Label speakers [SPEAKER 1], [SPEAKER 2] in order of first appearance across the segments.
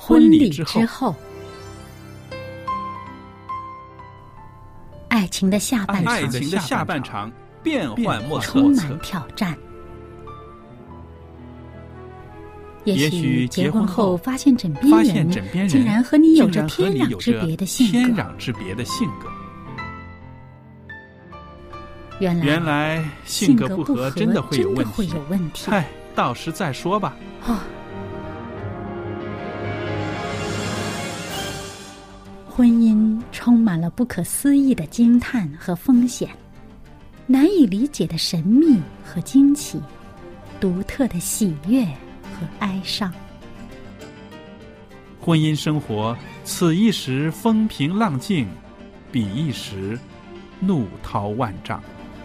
[SPEAKER 1] 婚礼之后，爱情的下半场变幻莫测，
[SPEAKER 2] 充满挑战。也许结婚后发现枕边人竟然和你有着天壤之别的性格。
[SPEAKER 1] 原来性格不合真的会有问题。嗨，到时再说吧。
[SPEAKER 2] 婚姻充满了不可思议的惊叹和风险，难以理解的神秘和惊奇，独特的喜悦和哀伤。
[SPEAKER 1] 婚姻生活，此一时风平浪静，彼一时怒涛万丈。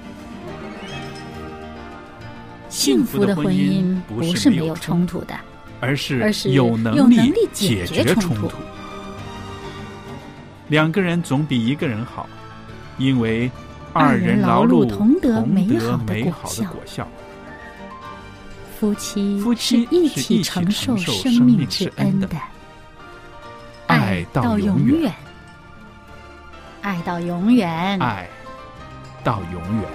[SPEAKER 2] 幸福的婚姻不是没有冲突的，
[SPEAKER 1] 而是有能力解决冲突。两个人总比一个人好，因为二人劳碌同得美好的果效。
[SPEAKER 2] 夫妻是一起承受生命之恩的，爱到永远，爱到永远，
[SPEAKER 1] 爱到永远。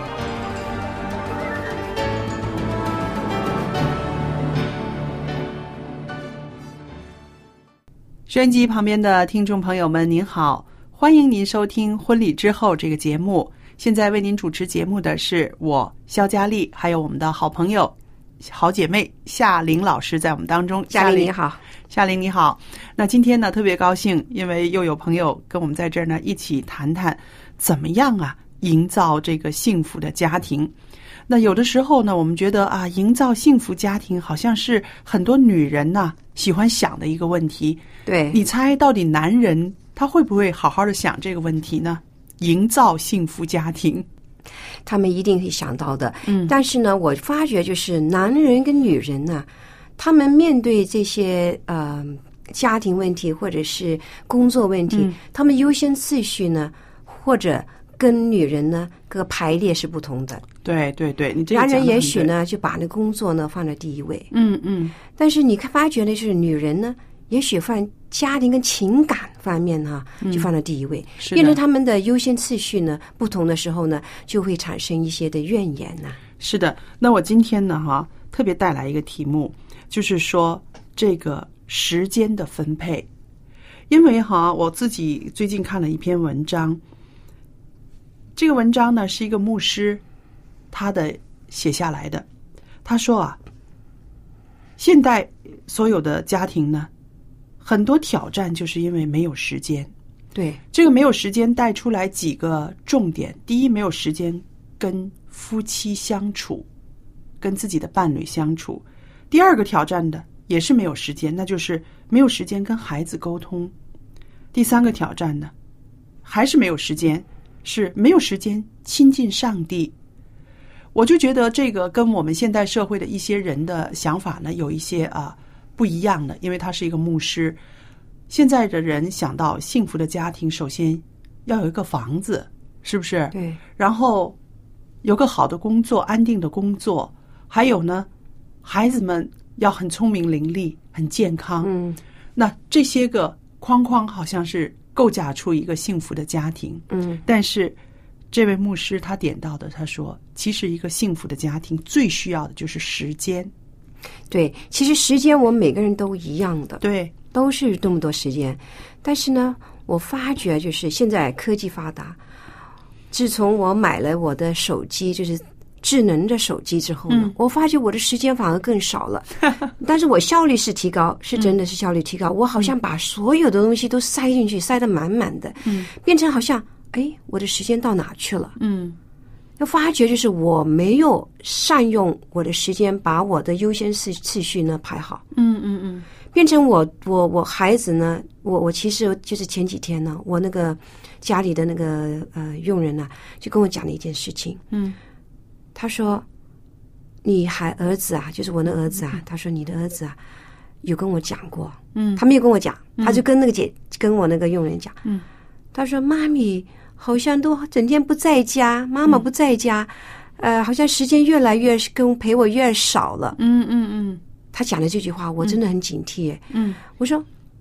[SPEAKER 3] 收音机旁边的听众朋友们您好，欢迎您收听婚礼之后这个节目。现在为您主持节目的是我肖佳丽，还有我们的好朋友好姐妹夏玲老师在我们当中。
[SPEAKER 4] 夏玲你好。
[SPEAKER 3] 夏玲你好。那今天呢特别高兴，因为又有朋友跟我们在这儿呢一起谈谈怎么样营造这个幸福的家庭。那有的时候呢我们觉得营造幸福家庭好像是很多女人喜欢想的一个问题。
[SPEAKER 4] 对，
[SPEAKER 3] 你猜到底男人他会不会好好的想这个问题呢？营造幸福家庭，
[SPEAKER 4] 他们一定会想到的。但是呢我发觉就是男人跟女人呢，他们面对这些家庭问题或者是工作问题，他们优先次序呢或者跟女人呢个排列是不同的。
[SPEAKER 3] 对对对，你这个讲得很对。
[SPEAKER 4] 男人也许呢就把那工作呢放在第一位，但是你发觉的是女人呢也许放家庭跟情感方面就放在第一位，变成他们的优先次序呢不同的时候呢，就会产生一些的怨言
[SPEAKER 3] 是的，那我今天呢特别带来一个题目，就是说这个时间的分配。因为我自己最近看了一篇文章，这个文章呢是一个牧师他的写下来的。他说现代所有的家庭呢很多挑战就是因为没有时间。
[SPEAKER 4] 对，
[SPEAKER 3] 这个没有时间带出来几个重点。第一，没有时间跟夫妻相处，跟自己的伴侣相处。第二个挑战的也是没有时间，那就是没有时间跟孩子沟通。第三个挑战呢还是没有时间，是没有时间亲近上帝。我就觉得这个跟我们现代社会的一些人的想法呢有一些不一样的。因为他是一个牧师，现在的人想到幸福的家庭，首先要有一个房子，是不是？
[SPEAKER 4] 对。
[SPEAKER 3] 然后有个好的工作，安定的工作，还有呢孩子们要很聪明伶俐，很健康。那这些个框框好像是构架出一个幸福的家庭。但是这位牧师他点到的，他说其实一个幸福的家庭最需要的就是时间。
[SPEAKER 4] 对，其实时间我们每个人都一样的，
[SPEAKER 3] 对，
[SPEAKER 4] 都是这么多时间。但是呢我发觉就是现在科技发达，自从我买了我的手机，就是智能的手机之后呢，我发觉我的时间反而更少了。但是我效率是提高，是真的是效率提高。我好像把所有的东西都塞进去，塞得满满的，变成好像我的时间到哪去了？要发觉就是我没有善用我的时间，把我的优先次序呢排好。变成我孩子呢，我其实就是前几天呢，我那个家里的那个佣人呢，就跟我讲了一件事情。他说你儿子就是我的儿子他说你的儿子有跟我讲过。他没有跟我讲，他就跟跟我那个佣人讲。他说妈咪好像都整天不在家，妈妈不在家，好像时间越来越陪我越少了。他讲的这句话我真的很警惕。我说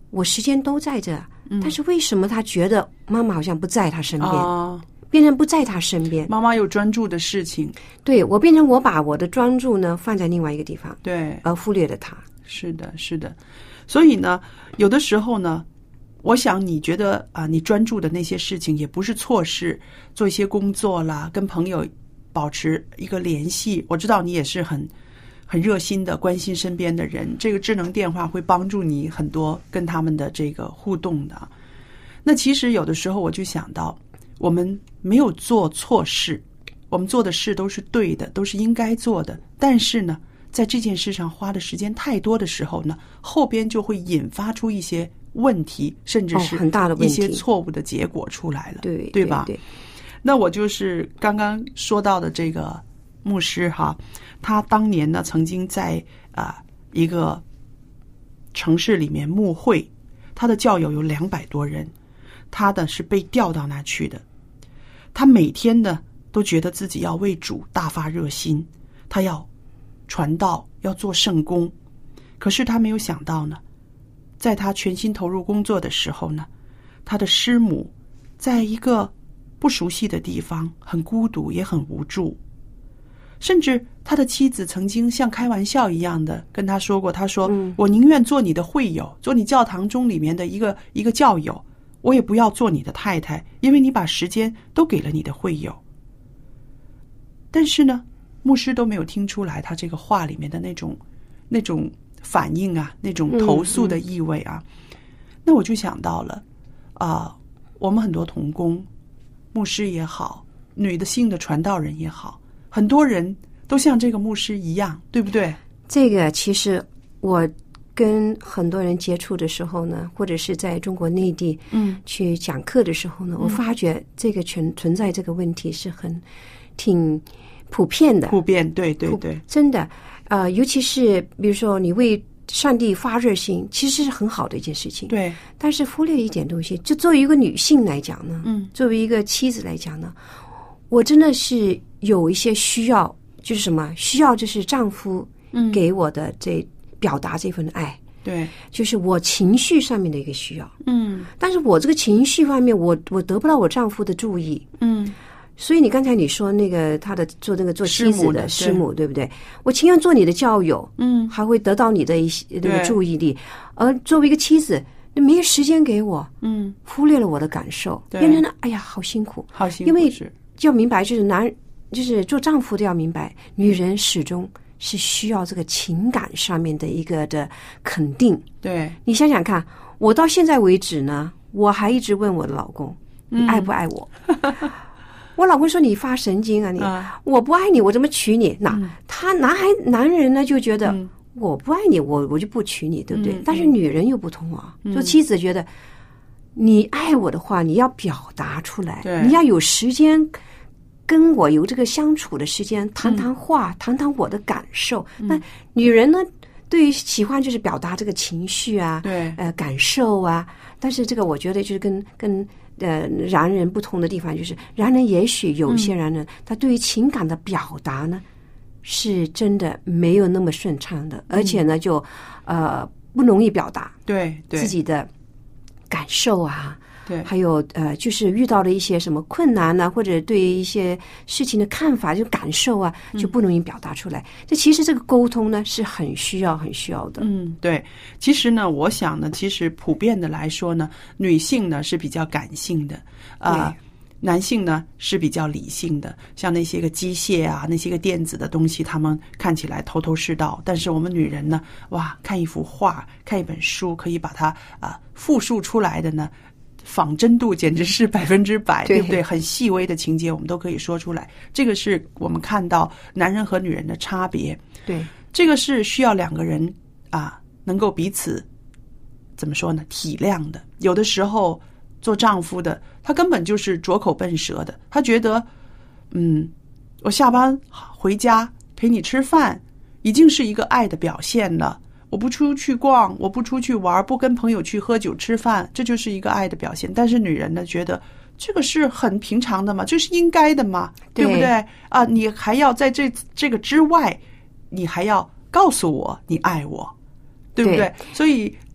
[SPEAKER 4] 我时间都在这，但是为什么他觉得妈妈好像不在他身边？变成不在他身边，
[SPEAKER 3] 妈妈有专注的事情，
[SPEAKER 4] 对，我变成我把我的专注呢放在另外一个地方，
[SPEAKER 3] 对，
[SPEAKER 4] 而忽略了他。
[SPEAKER 3] 是的，是的。所以呢，有的时候呢，我想你觉得你专注的那些事情也不是错事，做一些工作啦，跟朋友保持一个联系。我知道你也是很热心的关心身边的人，这个智能电话会帮助你很多跟他们的这个互动的。那其实有的时候我就想到，我们没有做错事，我们做的事都是对的，都是应该做的。但是呢，在这件事上花的时间太多的时候呢，后边就会引发出一些问题，甚至是
[SPEAKER 4] 很大的问题，
[SPEAKER 3] 一些错误的结果出来了，
[SPEAKER 4] 对
[SPEAKER 3] 吧？对。那我就是刚刚说到的这个牧师哈，他当年呢曾经在一个城市里面牧会，他的教友有200多人。他的是被调到那去的，他每天呢都觉得自己要为主大发热心，他要传道，要做圣工。可是他没有想到呢，在他全心投入工作的时候呢，他的师母在一个不熟悉的地方，很孤独也很无助。甚至他的妻子曾经像开玩笑一样的跟他说过，他说我宁愿做你的会友，做你教堂中里面的一个教友，我也不要做你的太太，因为你把时间都给了你的会友。但是呢，牧师都没有听出来他这个话里面的那种反应啊，那种投诉的意味啊。那我就想到了我们很多同工，牧师也好，女的性的传道人也好，很多人都像这个牧师一样，对不对？
[SPEAKER 4] 这个其实我跟很多人接触的时候呢，或者是在中国内地去讲课的时候呢，我发觉这个存在这个问题是挺普遍的。
[SPEAKER 3] 普遍，对，
[SPEAKER 4] 真的尤其是比如说你为上帝发热心，其实是很好的一件事情。
[SPEAKER 3] 对，
[SPEAKER 4] 但是忽略一点东西，就作为一个女性来讲呢，作为一个妻子来讲呢，我真的是有一些需要，就是什么需要，就是丈夫给我的表达这份爱，
[SPEAKER 3] 对，就是
[SPEAKER 4] 我情绪上面的一个需要，但是我这个情绪方面，我得不到我丈夫的注意，所以你刚才你说那个他的做妻子的师母，对不对？我情愿做你的教友，还会得到你的一些那个注意力，而作为一个妻子，没有时间给我，忽略了我的感受，变成了哎呀，好辛苦，
[SPEAKER 3] 好辛苦，
[SPEAKER 4] 因为就要明白，就是做丈夫的要明白，女人始终是需要这个情感上面的一个的肯定。
[SPEAKER 3] 对，
[SPEAKER 4] 你想想看，我到现在为止呢，我还一直问我的老公，你爱不爱我？我老公说你发神经啊，我不爱你，我怎么娶你？那他男人呢就觉得我不爱你，我就不娶你，对不对？但是女人又不同啊，做妻子觉得你爱我的话，你要表达出来，你要有时间跟我有这个相处的时间，谈谈话，谈谈我的感受。那女人呢，对于喜欢就是表达这个情绪啊，感受啊。但是这个我觉得就是跟男人不同的地方，就是男人也许有些人呢，他对于情感的表达呢，是真的没有那么顺畅的，而且呢，就不容易表达
[SPEAKER 3] 对
[SPEAKER 4] 自己的感受啊。
[SPEAKER 3] 对，
[SPEAKER 4] 还有就是遇到了一些什么困难呢，或者对于一些事情的看法、就感受啊，就不容易表达出来。这其实这个沟通呢是很需要的。
[SPEAKER 3] 对。其实呢，我想呢，其实普遍的来说呢，女性呢是比较感性的，男性呢是比较理性的。像那些个机械啊，那些个电子的东西，他们看起来头头是道，但是我们女人呢，哇，看一幅画，看一本书，可以把它复述出来的呢。仿真度简直是100%，对不对？很细微的情节我们都可以说出来，这个是我们看到男人和女人的差别。
[SPEAKER 4] 对，
[SPEAKER 3] 这个是需要两个人能够彼此怎么说呢？体谅的。有的时候做丈夫的，他根本就是拙口笨舌的，他觉得我下班回家陪你吃饭已经是一个爱的表现了。我不出去逛，我不出去玩，不跟朋友去喝酒吃饭，这就是一个爱的表现。但是女人呢，觉得这个是很平常的嘛，这是应该的嘛，对不对？你还要在这个之外，你还要告诉我你爱我，对不对？所以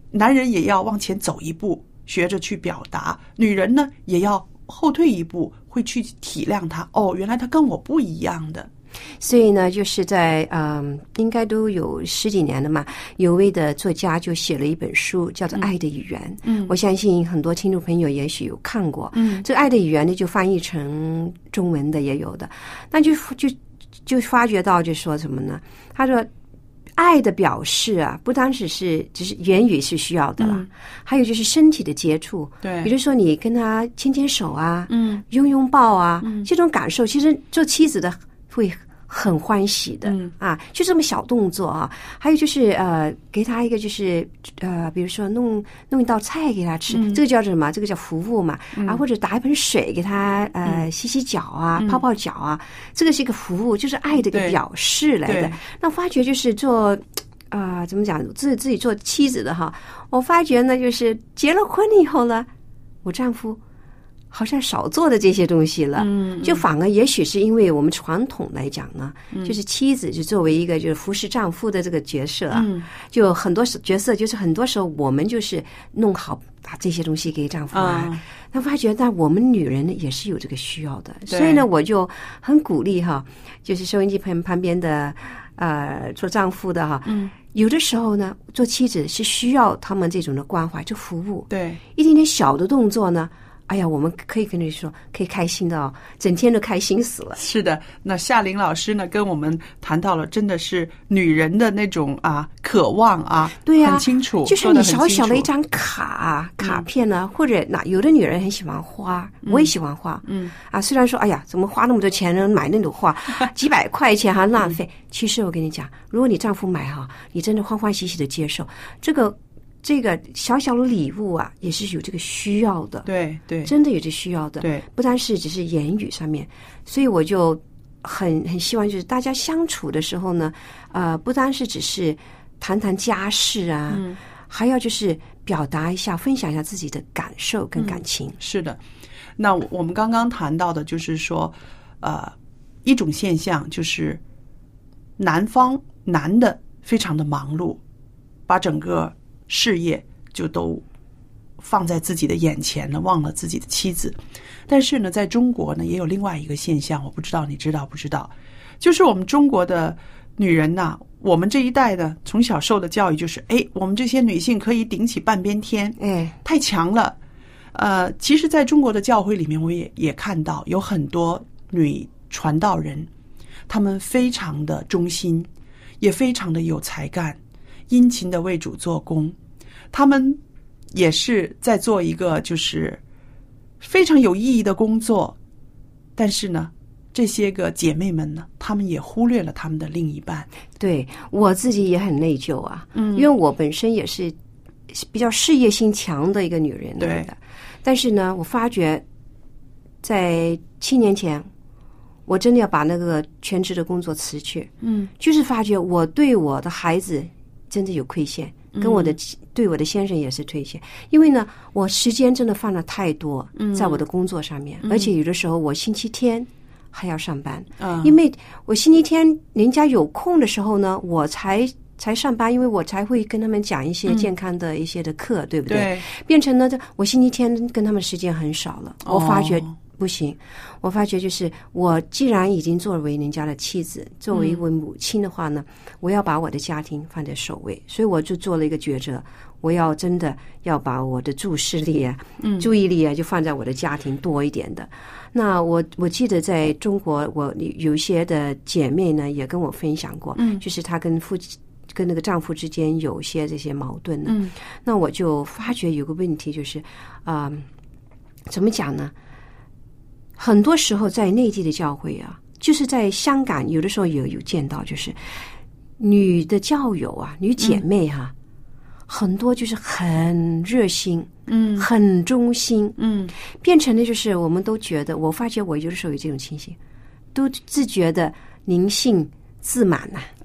[SPEAKER 3] 男人也要往前走一步，学着去表达；女人呢，也要后退一步，会去体谅他。哦，原来他跟我不一样的。
[SPEAKER 4] 所以呢，就是在应该都有10几年了嘛，有位的作家就写了一本书，叫做《爱的语言》。我相信很多听众朋友也许有看过。这个《爱的语言》呢，就翻译成中文的也有的。那就发觉到，就说什么呢？他说，爱的表示啊，不单只是言语是需要的啦，还有就是身体的接触。
[SPEAKER 3] 对，
[SPEAKER 4] 比如说你跟他牵牵手啊，拥抱啊，这种感受，其实做妻子的会很欢喜的。就这么小动作啊。还有就是给他一个就是比如说弄一道菜给他吃，这个叫什么？这个叫服务嘛。或者打一盆水给他洗洗脚啊，泡泡脚啊，这个是一个服务，就是爱的一个表示来的。那发觉就是做怎么讲，自己做妻子的哈，我发觉呢，就是结了婚以后呢，我丈夫好像少做的这些东西了。就反而也许是因为我们传统来讲呢，就是妻子就作为一个就是服侍丈夫的这个角色啊，就很多角色就是很多时候我们就是弄好把这些东西给丈夫啊。那发觉但我们女人呢也是有这个需要的，所以呢我就很鼓励哈，就是收音机旁边的做丈夫的哈，有的时候呢做妻子是需要他们这种的关怀，就服务。
[SPEAKER 3] 对，
[SPEAKER 4] 一点点小的动作呢，哎呀，我们可以跟你说，可以开心的哦，整天都开心死了。
[SPEAKER 3] 是的，那夏玲老师呢，跟我们谈到了，真的是女人的那种渴望啊，
[SPEAKER 4] 对啊，
[SPEAKER 3] 很清楚，
[SPEAKER 4] 就是你小小的一张卡片呢，或者有的女人很喜欢花，我也喜欢花，虽然说哎呀，怎么花那么多钱呢买那种花，几百块钱还浪费。其实我跟你讲，如果你丈夫买哈，你真的欢欢喜喜的接受这个小小的礼物啊，也是有这个需要的。
[SPEAKER 3] 对对，
[SPEAKER 4] 真的有这需要的。
[SPEAKER 3] 对，
[SPEAKER 4] 不单是只是言语上面，所以我就很希望就是大家相处的时候呢，不单是只是谈谈家事啊，还要就是表达一下、分享一下自己的感受跟感情。
[SPEAKER 3] 是的，那我们刚刚谈到的就是说，一种现象就是男的非常的忙碌，把整个事业就都放在自己的眼前了，忘了自己的妻子。但是呢，在中国呢，也有另外一个现象，我不知道你知道不知道，就是我们中国的女人呐，我们这一代的从小受的教育就是，我们这些女性可以顶起半边天，太强了。其实在中国的教会里面，我也看到有很多女传道人，她们非常的忠心，也非常的有才干，殷勤的为主做工。他们也是在做一个就是非常有意义的工作，但是呢，这些个姐妹们呢，她们也忽略了她们的另一半。对，
[SPEAKER 4] 我自己也很内疚啊，因为我本身也是比较事业心强的一个女人来的。但是呢，我发觉在7年前，我真的要把那个全职的工作辞去。就是发觉我对我的孩子真的有亏欠，跟对我的先生也是亏欠。因为呢，我时间真的放了太多在我的工作上面，而且有的时候我星期天还要上班，因为我星期天人家有空的时候呢，我才上班，因为我才会跟他们讲一些健康的一些的课，对不对？
[SPEAKER 3] 对，
[SPEAKER 4] 变成呢，我星期天跟他们时间很少了。我发觉不行，我发觉就是我既然已经作为人家的妻子，作为一位母亲的话呢，我要把我的家庭放在首位，所以我就做了一个抉择，我要真的要把我的注视力啊、注意力啊，就放在我的家庭多一点的。那我记得在中国，我有一些的姐妹呢也跟我分享过，就是她跟那个丈夫之间有些这些矛盾呢。那我就发觉有个问题就是怎么讲呢？很多时候在内地的教会啊，就是在香港有的时候有见到，就是女的教友啊，女姐妹哈，很多就是很热心，很忠心，变成的就是我们都觉得，我发觉我有的时候有这种情形，都自觉的灵性自满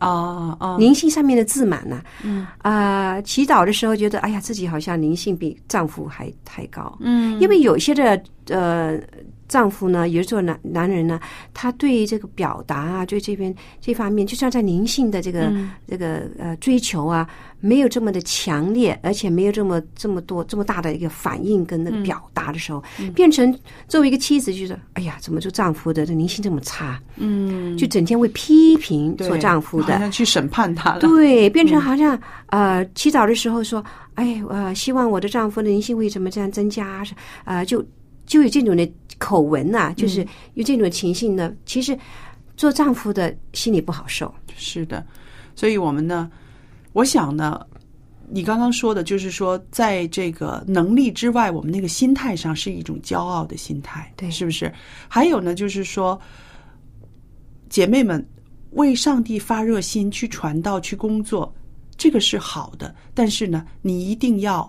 [SPEAKER 4] 灵性上面的自满呢，祈祷的时候觉得哎呀，自己好像灵性比丈夫还太高，因为有些的丈夫呢，也就是说男人呢，他对这个表达啊，对这方面，就像在灵性的这个追求啊，没有这么的强烈，而且没有这么大的一个反应跟那个表达的时候，变成作为一个妻子，就是哎呀，怎么就丈夫的灵性这么差？就整天会批评做丈夫的，
[SPEAKER 3] 好像去审判他了。
[SPEAKER 4] 对，变成好像祈祷的时候说，哎，希望我的丈夫的灵性会怎么这样增加，就有这种的口吻啊，就是有这种情形呢。其实做丈夫的心里不好受。
[SPEAKER 3] 是的，所以我们呢，我想呢，你刚刚说的就是说，在这个能力之外，我们那个心态上是一种骄傲的心态，
[SPEAKER 4] 对，
[SPEAKER 3] 是不是？还有呢，就是说，姐妹们为上帝发热心去传道去工作，这个是好的，但是呢，你一定要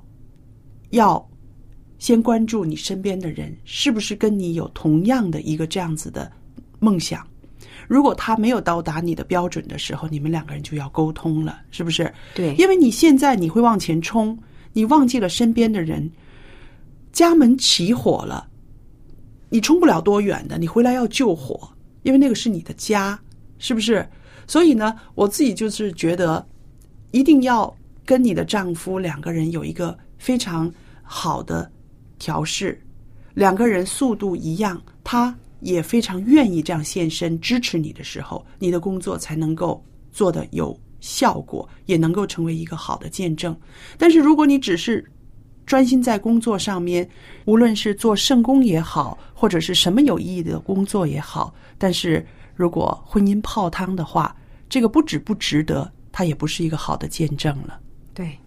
[SPEAKER 3] 先关注你身边的人是不是跟你有同样的一个这样子的梦想。如果他没有到达你的标准的时候，你们两个人就要沟通了，是不是？
[SPEAKER 4] 对，
[SPEAKER 3] 因为你现在你会往前冲，你忘记了身边的人，家门起火了，你冲不了多远的，你回来要救火，因为那个是你的家，是不是？所以呢，我自己就是觉得一定要跟你的丈夫两个人有一个非常好的调试，两个人速度一样，他也非常愿意这样献身支持你的时候，你的工作才能够做得有效果，也能够成为一个好的见证。但是如果你只是专心在工作上面，无论是做圣工也好，或者是什么有意义的工作也好，但是如果婚姻泡汤的话，这个不值得，它也不是一个好的见证了。
[SPEAKER 4] 对。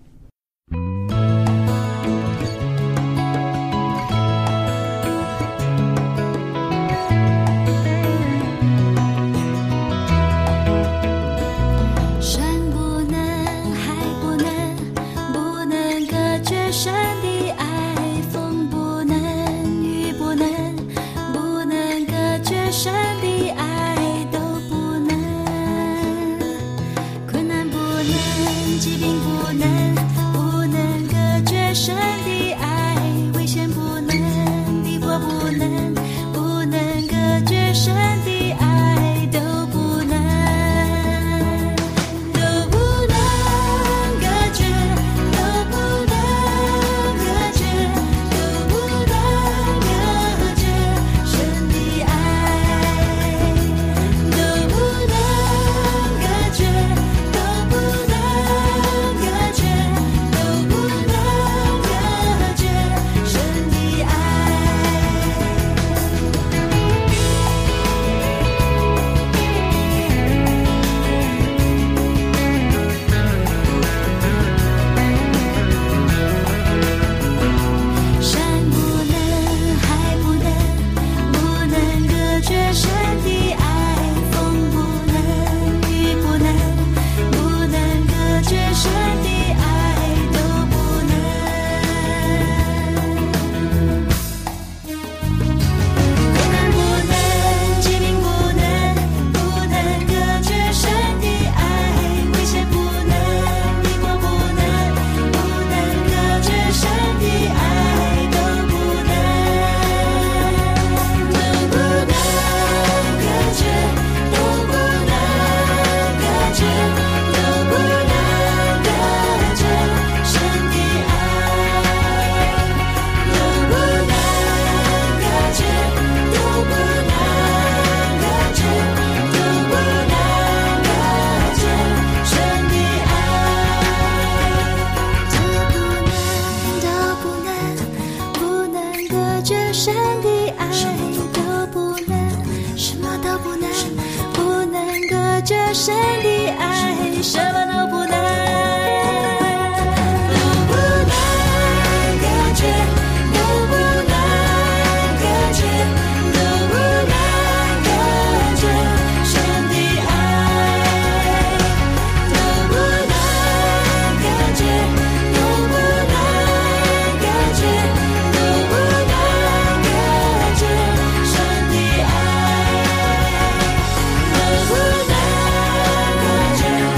[SPEAKER 5] 都不能隔绝。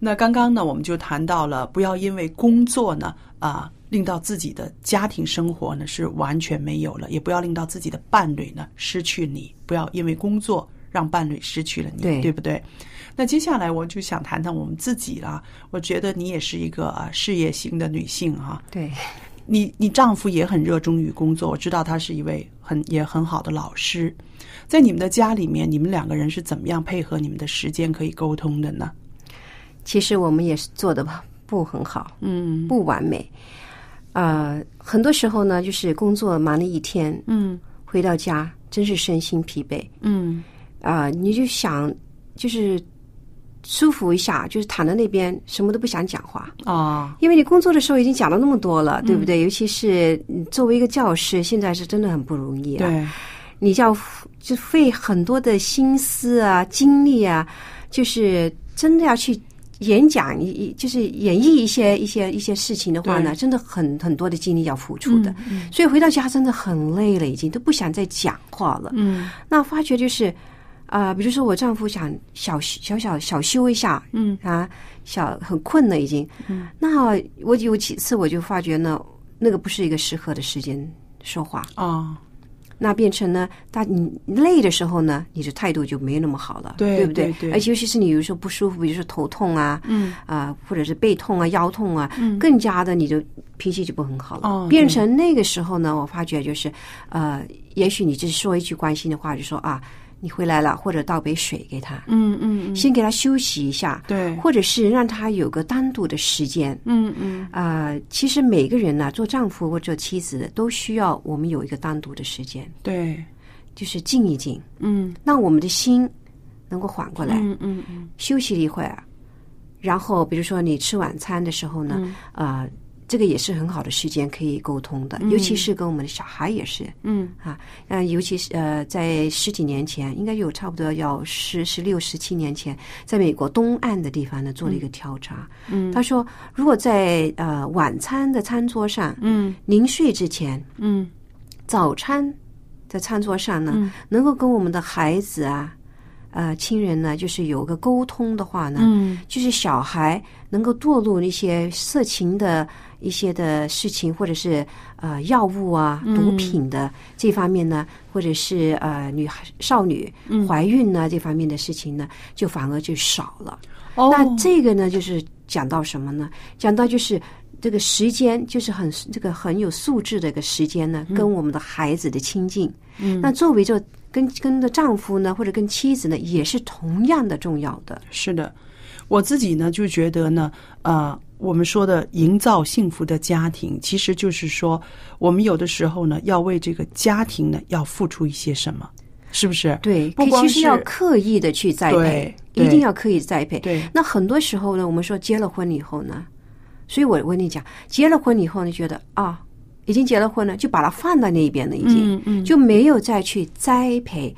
[SPEAKER 3] 那刚刚呢，我们就谈到了不要因为工作呢令到自己的家庭生活呢是完全没有了，也不要令到自己的伴侣呢失去你，不要因为工作让伴侣失去了你， 对不对？那接下来我就想谈谈我们自己啦。我觉得你也是一个事业型的女性啊。
[SPEAKER 4] 对，
[SPEAKER 3] 你丈夫也很热衷于工作，我知道他是一位也很好的老师。在你们的家里面，你们两个人是怎么样配合你们的时间可以沟通的呢？
[SPEAKER 4] 其实我们也是做的不很好，不完美。很多时候呢，就是工作忙了一天，回到家真是身心疲惫，你就想就是舒服一下，就是躺在那边什么都不想讲话因为你工作的时候已经讲了那么多了，对不对？尤其是你作为一个教师，现在是真的很不容易
[SPEAKER 3] 对，
[SPEAKER 4] 你就费很多的心思啊、精力啊，就是真的要去演讲，就是演绎一些事情的话呢，真的很多的精力要付出的。所以回到家真的很累了，已经都不想再讲话了。那发觉就是比如说我丈夫想小休一下，很困了已经。那我有几次我就发觉呢，那个不是一个适合的时间说话那变成呢，你累的时候呢，你的态度就没那么好了，对不对？而且尤其是你有时候不舒服，比如说头痛啊，或者是背痛啊、腰痛啊，更加的你的脾气就不很好了。变成那个时候呢，我发觉就是，也许你只说一句关心的话，就说你回来了，或者倒杯水给他，先给他休息一下，
[SPEAKER 3] 对，
[SPEAKER 4] 或者是让他有个单独的时间，其实每个人呢，做丈夫或者妻子的都需要我们有一个单独的时间，
[SPEAKER 3] 对，
[SPEAKER 4] 就是静一静，让我们的心能够缓过来，休息了一会儿，然后比如说你吃晚餐的时候呢，这个也是很好的时间可以沟通的，尤其是跟我们的小孩也是，尤其是在10几年前，应该有差不多要16、17年前，在美国东岸的地方呢做了一个调查，他说如果在晚餐的餐桌上，临睡之前，早餐的餐桌上呢，能够跟我们的孩子亲人呢，就是有个沟通的话呢，就是小孩能够堕入一些色情的一些的事情，或者是药物毒品的这方面呢，或者是少女怀孕呢这方面的事情呢，就反而就少了。那这个呢，就是讲到什么呢？讲到就是这个时间，就是很有素质的一个时间呢，跟我们的孩子的亲近。那作为这跟的丈夫呢，或者跟妻子呢，也是同样的重要的。
[SPEAKER 3] 是的，我自己呢就觉得呢，我们说的营造幸福的家庭，其实就是说，我们有的时候呢，要为这个家庭呢，要付出一些什么，是不是？
[SPEAKER 4] 对，
[SPEAKER 3] 不光是
[SPEAKER 4] 其实要刻意的去栽培，一定要刻意栽培。
[SPEAKER 3] 对，
[SPEAKER 4] 那很多时候呢，我们说结了婚以后呢，所以我跟你讲，结了婚以后，你觉得已经结了婚了，就把它放在那一边了，已经，就没有再去栽培，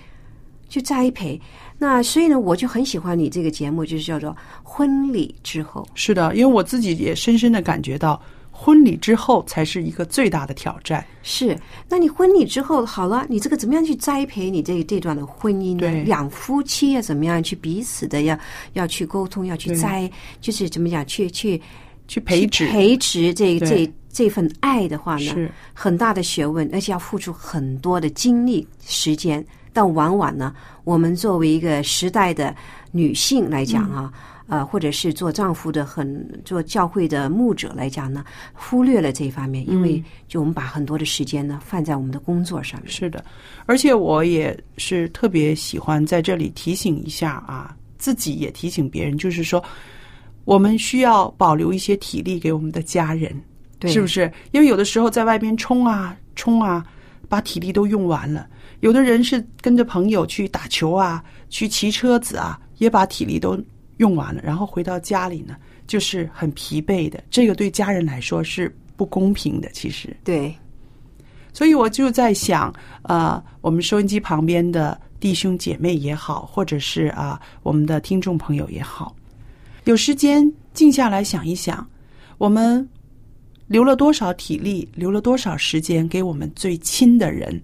[SPEAKER 4] 那所以呢，我就很喜欢你这个节目，就是叫做婚礼之后。是
[SPEAKER 3] 的，因为我自己也深深的感觉到，婚礼之后才是一个最大的挑战。
[SPEAKER 4] 是，那你婚礼之后好了，你这个怎么样去栽培你这段的婚姻呢？两夫妻怎么样去彼此的要去沟通，要去就是怎么讲去培植这份爱的话呢，是很大的学问，而且要付出很多的精力时间。但往往呢，我们作为一个时代的女性来讲或者是做丈夫的做教会的牧者来讲呢，忽略了这一方面，因为就我们把很多的时间呢放在我们的工作上面。
[SPEAKER 3] 是的，而且我也是特别喜欢在这里提醒一下自己也提醒别人，就是说我们需要保留一些体力给我们的家人，是不是？因为有的时候在外边冲把体力都用完了。有的人是跟着朋友去打球去骑车子也把体力都用完了，然后回到家里呢，就是很疲惫的。这个对家人来说是不公平的，其实。
[SPEAKER 4] 对。
[SPEAKER 3] 所以我就在想，我们收音机旁边的弟兄姐妹也好，或者是我们的听众朋友也好，有时间静下来想一想，我们留了多少体力，留了多少时间给我们最亲的人，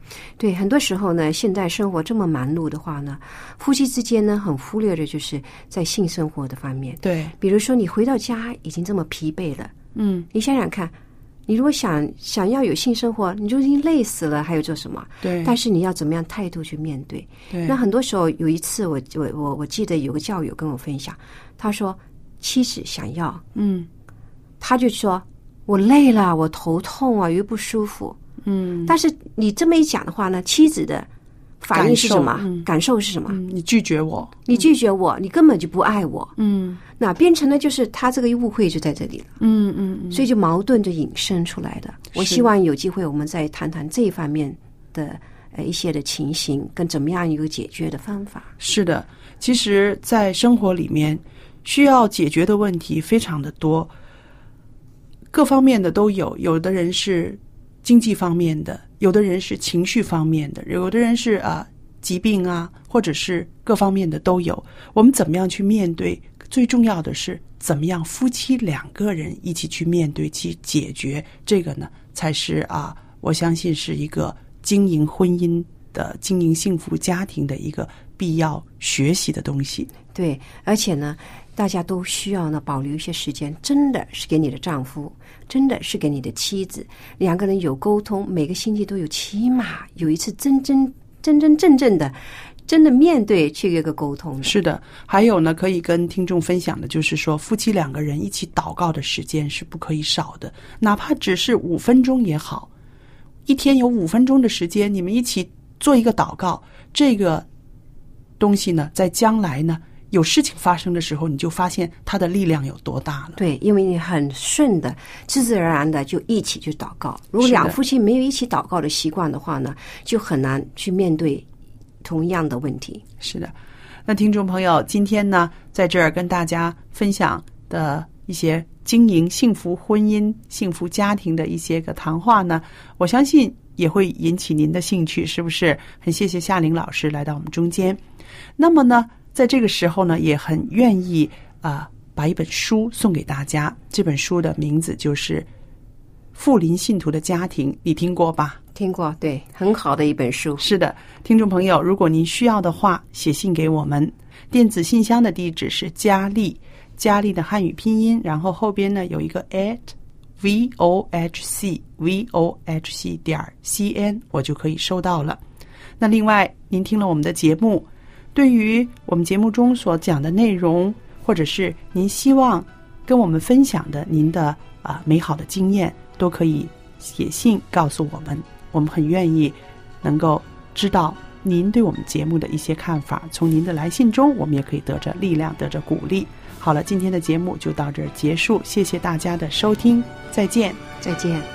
[SPEAKER 4] 对，很多时候呢，现在生活这么忙碌的话呢，夫妻之间呢，很忽略的就是在性生活的方面。
[SPEAKER 3] 对，
[SPEAKER 4] 比如说你回到家已经这么疲惫了，你想想看，你如果想要有性生活，你就已经累死了，还有做什么？
[SPEAKER 3] 对。
[SPEAKER 4] 但是你要怎么样态度去面对？
[SPEAKER 3] 对。
[SPEAKER 4] 那很多时候，有一次我记得有个教友跟我分享，他说妻子想要，他就说我累了，我头痛啊，又不舒服。但是你这么一讲的话呢，妻子的反应是什么？感受是什么？
[SPEAKER 3] 你拒绝我，
[SPEAKER 4] 你拒绝我，你根本就不爱我。那变成了就是他这个误会就在这里了。所以就矛盾就引申出来的。我希望有机会我们再谈谈这一方面的一些的情形，跟怎么样一个解决的方法。
[SPEAKER 3] 是的，其实在生活里面需要解决的问题非常的多，各方面的都有，有的人是经济方面的，有的人是情绪方面的，有的人是疾病啊，或者是各方面的都有。我们怎么样去面对？最重要的是怎么样夫妻两个人一起去面对去解决，这个呢才是我相信是一个经营婚姻的、经营幸福家庭的一个必要学习的东西。
[SPEAKER 4] 对，而且呢大家都需要呢保留一些时间，真的是给你的丈夫，真的是给你的妻子，两个人有沟通，每个星期都有起码有一次真正的真的面对去一个沟通的。
[SPEAKER 3] 是的，还有呢可以跟听众分享的就是说，夫妻两个人一起祷告的时间是不可以少的，哪怕只是5分钟也好，一天有5分钟的时间，你们一起做一个祷告，这个东西呢在将来呢有事情发生的时候，你就发现它的力量有多大了。
[SPEAKER 4] 对，因为你很顺的自自然然的就一起去祷告。如果两夫妻没有一起祷告的习惯的话呢，就很难去面对同样的问题。
[SPEAKER 3] 是的，那听众朋友，今天呢在这儿跟大家分享的一些经营幸福婚姻、幸福家庭的一些个谈话呢，我相信也会引起您的兴趣，是不是？很谢谢夏玲老师来到我们中间。那么呢在这个时候呢，也很愿意把一本书送给大家。这本书的名字就是《富林信徒的家庭》，你听过吧？
[SPEAKER 4] 听过，对，很好的一本书。
[SPEAKER 3] 是的，听众朋友，如果您需要的话，写信给我们，电子信箱的地址是佳丽的汉语拼音，然后后边呢有一个 @vohc.cn， 我就可以收到了。那另外，您听了我们的节目，对于我们节目中所讲的内容，或者是您希望跟我们分享的您的美好的经验，都可以写信告诉我们，我们很愿意能够知道您对我们节目的一些看法。从您的来信中，我们也可以得着力量，得着鼓励。好了，今天的节目就到这儿结束，谢谢大家的收听，再见。
[SPEAKER 4] 再见。